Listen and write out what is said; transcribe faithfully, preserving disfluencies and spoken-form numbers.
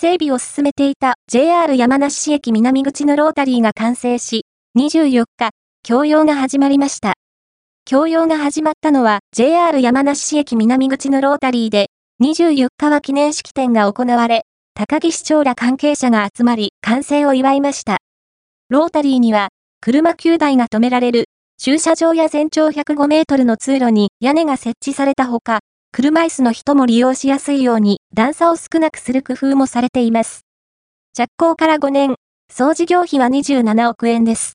整備を進めていた ジェイアール 山梨市駅南口のロータリーが完成し、にじゅうよっか、供用が始まりました。供用が始まったのは ジェイアール 山梨市駅南口のロータリーで、にじゅうよっかは記念式典が行われ、高木市長ら関係者が集まり、完成を祝いました。ロータリーには、車きゅうだいが止められる、駐車場や全長ひゃくごメートルの通路に屋根が設置されたほか、車椅子の人も利用しやすいように段差を少なくする工夫もされています。着工からごねん、総事業費はにじゅうななおくえんです。